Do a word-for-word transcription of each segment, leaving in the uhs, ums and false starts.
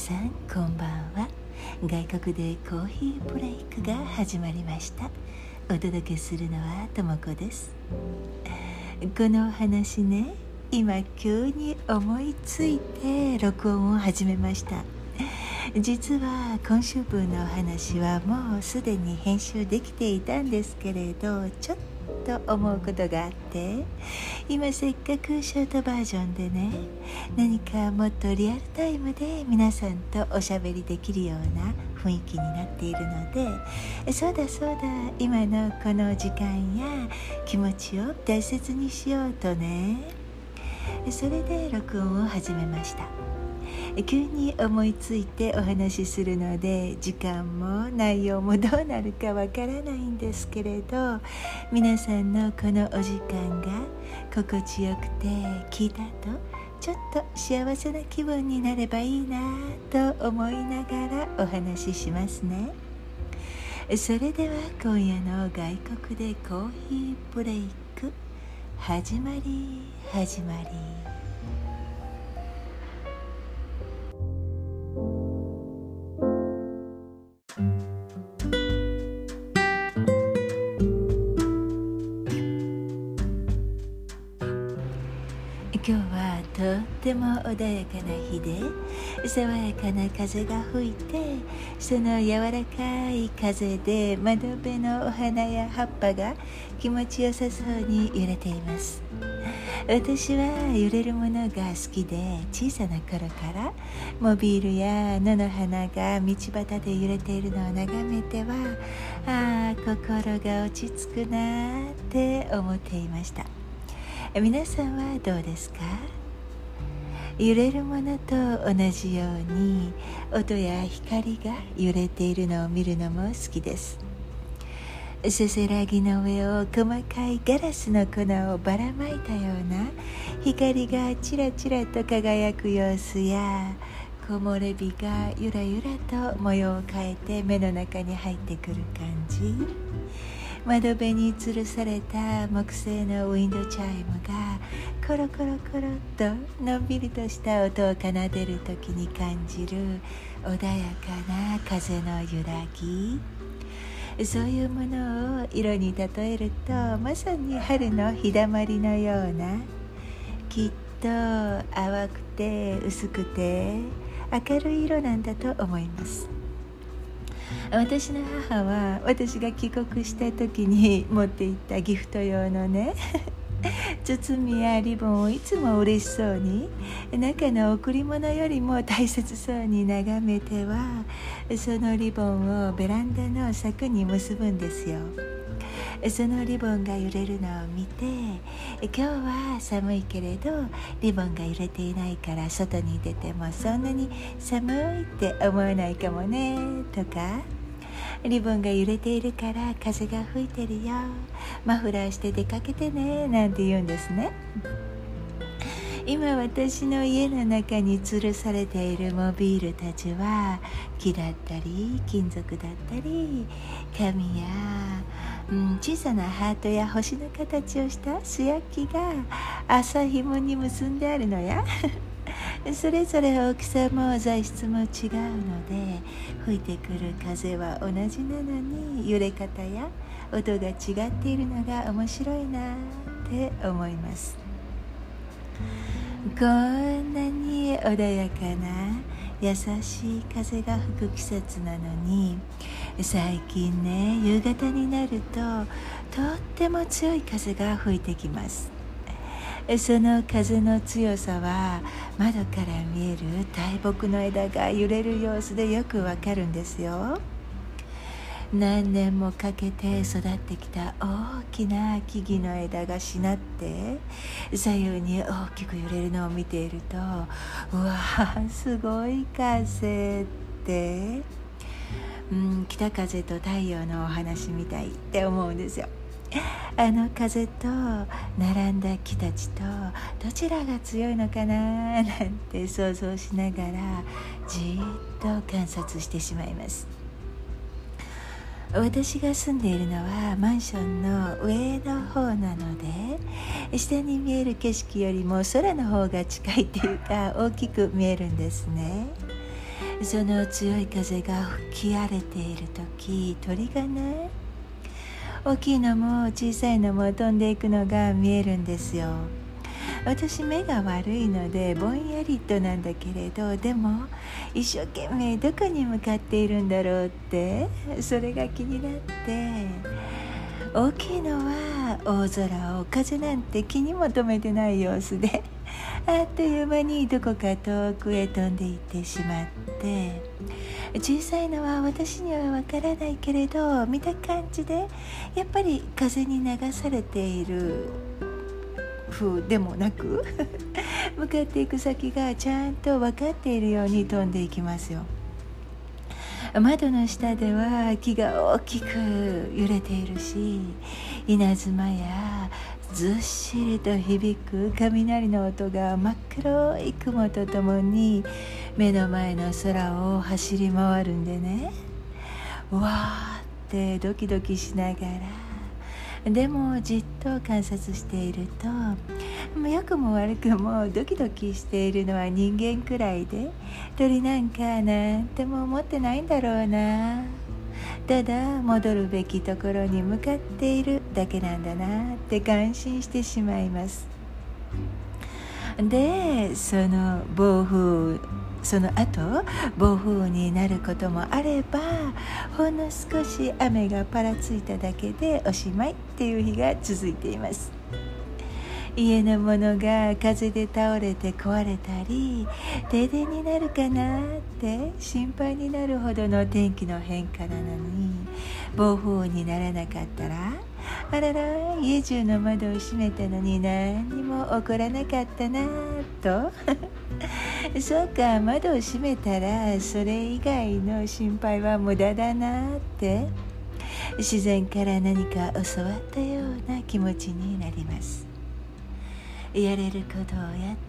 さんこんばんは。外国でコーヒーブレイクが始まりました。お届けするのはともこです。このお話ね、今急に思いついて録音を始めました。実は今週分のお話はもうすでに編集できていたんですけれど、ちょっと思うことがあって、今せっかくショートバージョンでね、何かもっとリアルタイムで皆さんとおしゃべりできるような雰囲気になっているので、そうだそうだ、今のこの時間や気持ちを大切にしようとね、それで録音を始めました。急に思いついてお話しするので、時間も内容もどうなるかわからないんですけれど、皆さんのこのお時間が心地よくて、聞いた後ちょっと幸せな気分になればいいなと思いながらお話ししますね。それでは今夜の外国でコーヒーブレイク、始まり始まり。今日はとっても穏やかな日で、爽やかな風が吹いて、その柔らかい風で窓辺のお花や葉っぱが気持ちよさそうに揺れています。私は揺れるものが好きで、小さな頃からモビールや野の花が道端で揺れているのを眺めては、ああ心が落ち着くなって思っていました。皆さんはどうですか？揺れるものと同じように音や光が揺れているのを見るのも好きです。せせらぎの上を細かいガラスの粉をばらまいたような光がちらちらと輝く様子や、木漏れ日がゆらゆらと模様を変えて目の中に入ってくる感じ、窓辺に吊るされた木製のウィンドチャイムがコロコロコロっとのんびりとした音を奏でる時に感じる穏やかな風の揺らぎ、そういうものを色に例えると、まさに春の日だまりのような、きっと淡くて薄くて明るい色なんだと思います。私の母は私が帰国した時に持っていったギフト用のね包みやリボンをいつも嬉しそうに、中の贈り物よりも大切そうに眺めては、そのリボンをベランダの柵に結ぶんですよ。そのリボンが揺れるのを見て、今日は寒いけれどリボンが揺れていないから外に出てもそんなに寒いって思わないかもねとか、リボンが揺れているから風が吹いてるよ、マフラーして出かけてねなんて言うんですね。今私の家の中に吊るされているモビールたちは、木だったり金属だったり紙や、うん、小さなハートや星の形をした素焼きが麻紐に結んであるのやそれぞれ大きさも材質も違うので、吹いてくる風は同じなのに揺れ方や音が違っているのが面白いなって思います。こんなに穏やかな優しい風が吹く季節なのに、最近ね、夕方になるととっても強い風が吹いてきます。その風の強さは窓から見える大木の枝が揺れる様子でよくわかるんですよ。何年もかけて育ってきた大きな木々の枝がしなって左右に大きく揺れるのを見ていると、うわーすごい風って、うん、北風と太陽のお話みたいって思うんですよ。あの風と並んだ木たちとどちらが強いのかななんて想像しながらじっと観察してしまいます。私が住んでいるのはマンションの上の方なので、下に見える景色よりも空の方が近いっていうか大きく見えるんですね。 その強い風が吹き荒れている時、鳥がね、大きいのも小さいのも飛んでいくのが見えるんですよ。私目が悪いのでぼんやりとなんだけれど、でも一生懸命どこに向かっているんだろうって、それが気になって、大きいのは大空を風なんて気にも留めてない様子であっという間にどこか遠くへ飛んでいってしまって、小さいのは私にはわからないけれど、見た感じでやっぱり風に流されている風でもなく向かっていく先がちゃんと分かっているように飛んでいきますよ。窓の下では木が大きく揺れているし、稲妻やずっしりと響く雷の音が真っ黒い雲とともに目の前の空を走り回るんでね、わーってドキドキしながら、でもじっと観察していると、良くも悪くもドキドキしているのは人間くらいで、鳥なんかなんても思ってないんだろうな。ただ戻るべきところに向かっているだけなんだなって感心してしまいます。で、その暴風その後暴風になることもあれば、ほんの少し雨がぱらついただけでおしまいっていう日が続いています。家のものが風で倒れて壊れたり、停電になるかなって心配になるほどの天気の変化なのに、暴風にならなかったら、あらら、家中の窓を閉めたのに何にも起こらなかったなとそうか、窓を閉めたらそれ以外の心配は無駄だなって、自然から何か教わったような気持ちになります。やれることをやって、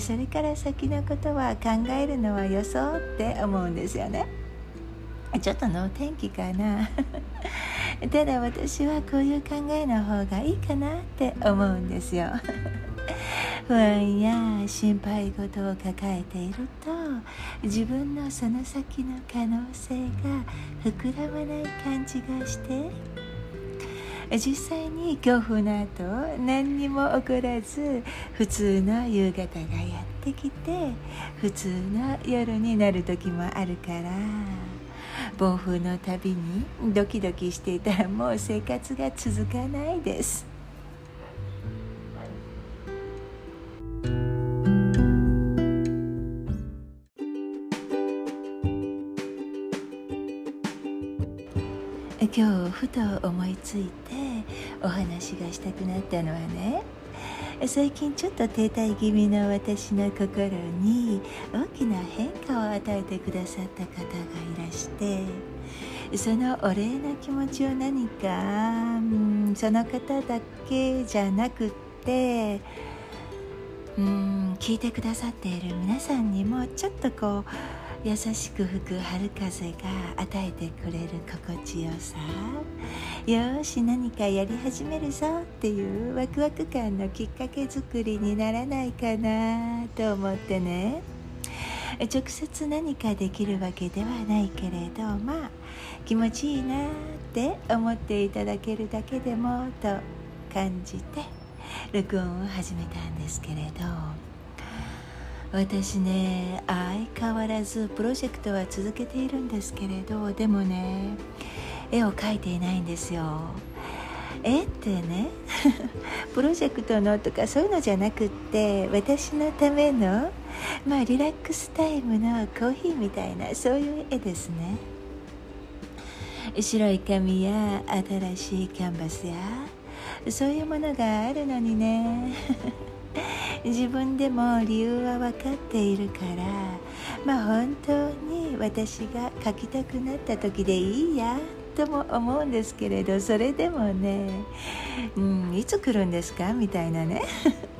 それから先のことは考えるのはよそうって思うんですよね。ちょっと能天気かなただ私はこういう考えの方がいいかなって思うんですよ不安や心配事を抱えていると、自分のその先の可能性が膨らまない感じがして、実際に強風の後何にも起こらず、普通の夕方がやってきて普通の夜になる時もあるから、暴風のたびにドキドキしていたらもう生活が続かないです。今日ふと思いついてお話がしたくなったのはね、最近ちょっと停滞気味の私の心に大きな変化を与えてくださった方がいらして、そのお礼の気持ちを何か、うん、その方だけじゃなくって、うん、聞いてくださっている皆さんにもちょっとこう優しく吹く春風が与えてくれる心地よさ、よし何かやり始めるぞっていうワクワク感のきっかけ作りにならないかなと思ってね、直接何かできるわけではないけれど、まあ気持ちいいなって思っていただけるだけでもと感じて録音を始めたんですけれど、私ね、相変わらずプロジェクトは続けているんですけれど、でもね、絵を描いていないんですよ。絵ってねプロジェクトのとかそういうのじゃなくって、私のための、まあ、リラックスタイムのコーヒーみたいな、そういう絵ですね。白い紙や新しいキャンバスやそういうものがあるのにね自分でも理由は分かっているから、まあ本当に私が描きたくなった時でいいやとも思うんですけれど、それでもね、うん、いつ来るんですかみたいなね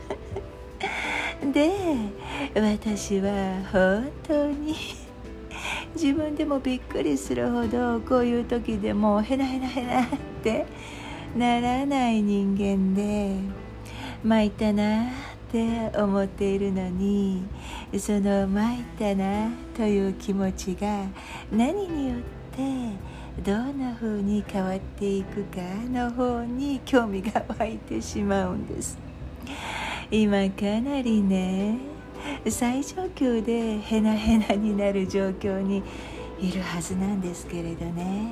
で、私は本当に自分でもびっくりするほど、こういう時でもヘナヘナヘナってならない人間で、参ったなって思っているのに、 その参ったなという気持ちが何によってどんな風に変わっていくかの方に興味が湧いてしまうんです。今かなりね、最上級でヘナヘナになる状況にいるはずなんですけれどね。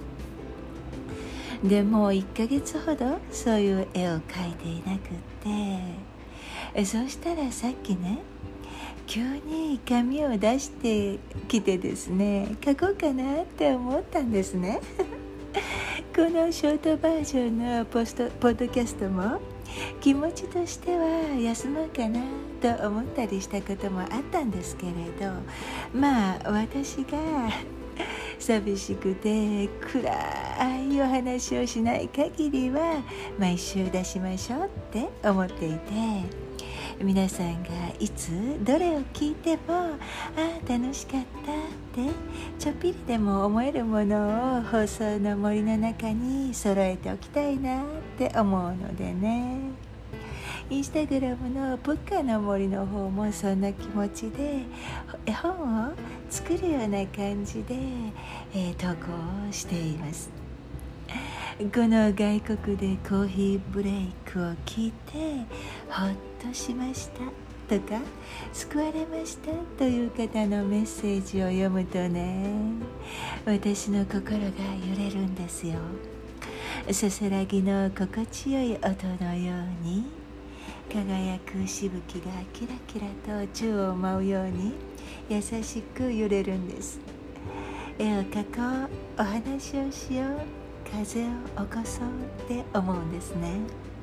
でもいっかげつほどそういう絵を描いていなくってそうしたらさっきね、急に紙を出してきてですね、描こうかなって思ったんですねこのショートバージョンのポストポッドキャストも気持ちとしては休もうかなと思ったりしたこともあったんですけれど、まあ私が寂しくて暗いお話をしない限りは毎週出しましょうって思っていて、皆さんがいつどれを聞いてもああ楽しかったってちょっぴりでも思えるものを放送の森の中に揃えておきたいなって思うのでね。インスタグラムのブッカの森の方もそんな気持ちで絵本を作るような感じで、えー、投稿をしています。この外国でコーヒーブレイクを聞いてほっとしましたとか救われましたという方のメッセージを読むとね、私の心が揺れるんですよ。せせらぎの心地よい音のように輝くしぶきがキラキラと宙を舞うように優しく揺れるんです。絵を描こう、お話をしよう、風を起こそうって思うんですね。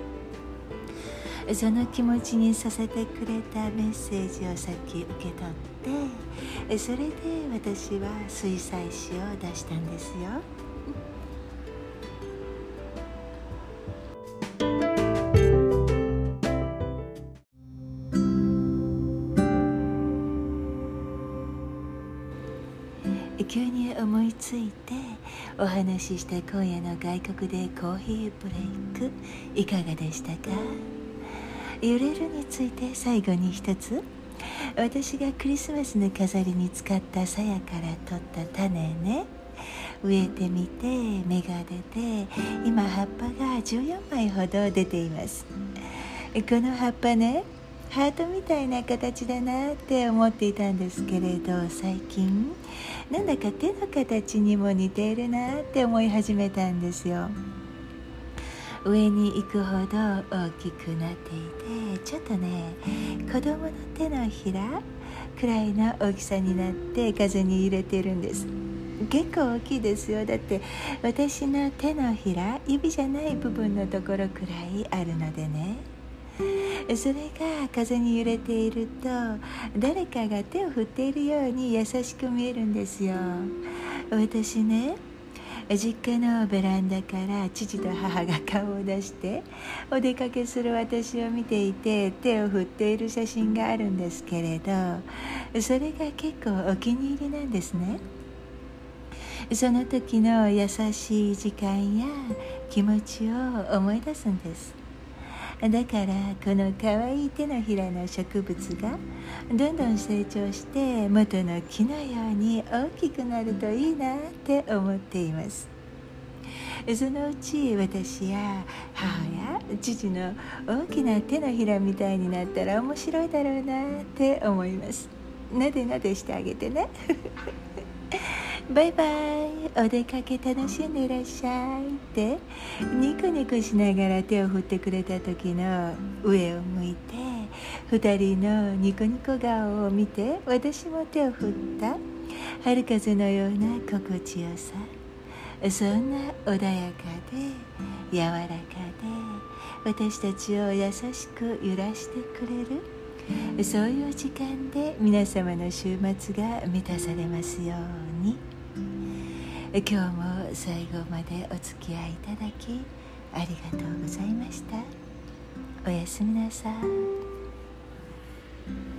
その気持ちにさせてくれたメッセージをさっき受け取って、それで私は水彩詩を出したんですよ。急に思いついてお話しした今夜の外国でコーヒーブレイクいかがでしたか？揺れるについて最後に一つ、私がクリスマスの飾りに使った鞘から取った種ね、植えてみて芽が出て今葉っぱがじゅうよんまいほど出ています。この葉っぱね、ハートみたいな形だなって思っていたんですけれど、最近なんだか手の形にも似ているなって思い始めたんですよ。上に行くほど大きくなっていて、ちょっとね子供の手のひらくらいの大きさになって風に揺れてるんです。結構大きいですよ。だって私の手のひら、指じゃない部分のところくらいあるのでね。それが風に揺れていると誰かが手を振っているように優しく見えるんですよ。私ね、実家のベランダから父と母が顔を出してお出かけする私を見ていて手を振っている写真があるんですけれど、それが結構お気に入りなんですね。その時の優しい時間や気持ちを思い出すんです。だからこのかわいい手のひらの植物がどんどん成長して元の木のように大きくなるといいなって思っています。そのうち私や母や父の大きな手のひらみたいになったら面白いだろうなって思います。なでなでしてあげてねバイバイ、お出かけ楽しんでいらっしゃいってニコニコしながら手を振ってくれた時の上を向いて二人のニコニコ顔を見て私も手を振った春風のような心地よさ、そんな穏やかで柔らかで私たちを優しく揺らしてくれる、そういう時間で皆様の週末が満たされますように。今日も最後までお付き合いいただきありがとうございました。おやすみなさい。